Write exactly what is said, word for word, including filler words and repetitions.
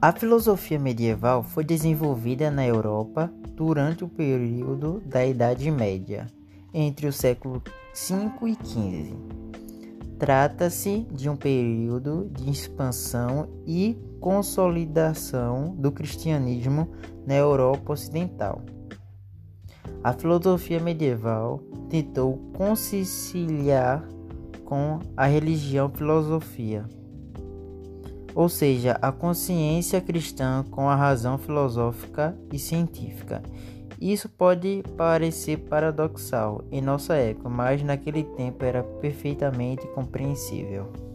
A filosofia medieval foi desenvolvida na Europa durante o período da Idade Média, entre o século cinco e quinze. Trata-se de um período de expansão e consolidação do cristianismo na Europa Ocidental. A filosofia medieval tentou conciliar com a religião filosofia, ou seja, a consciência cristã com a razão filosófica e científica. Isso pode parecer paradoxal em nossa época, mas naquele tempo era perfeitamente compreensível.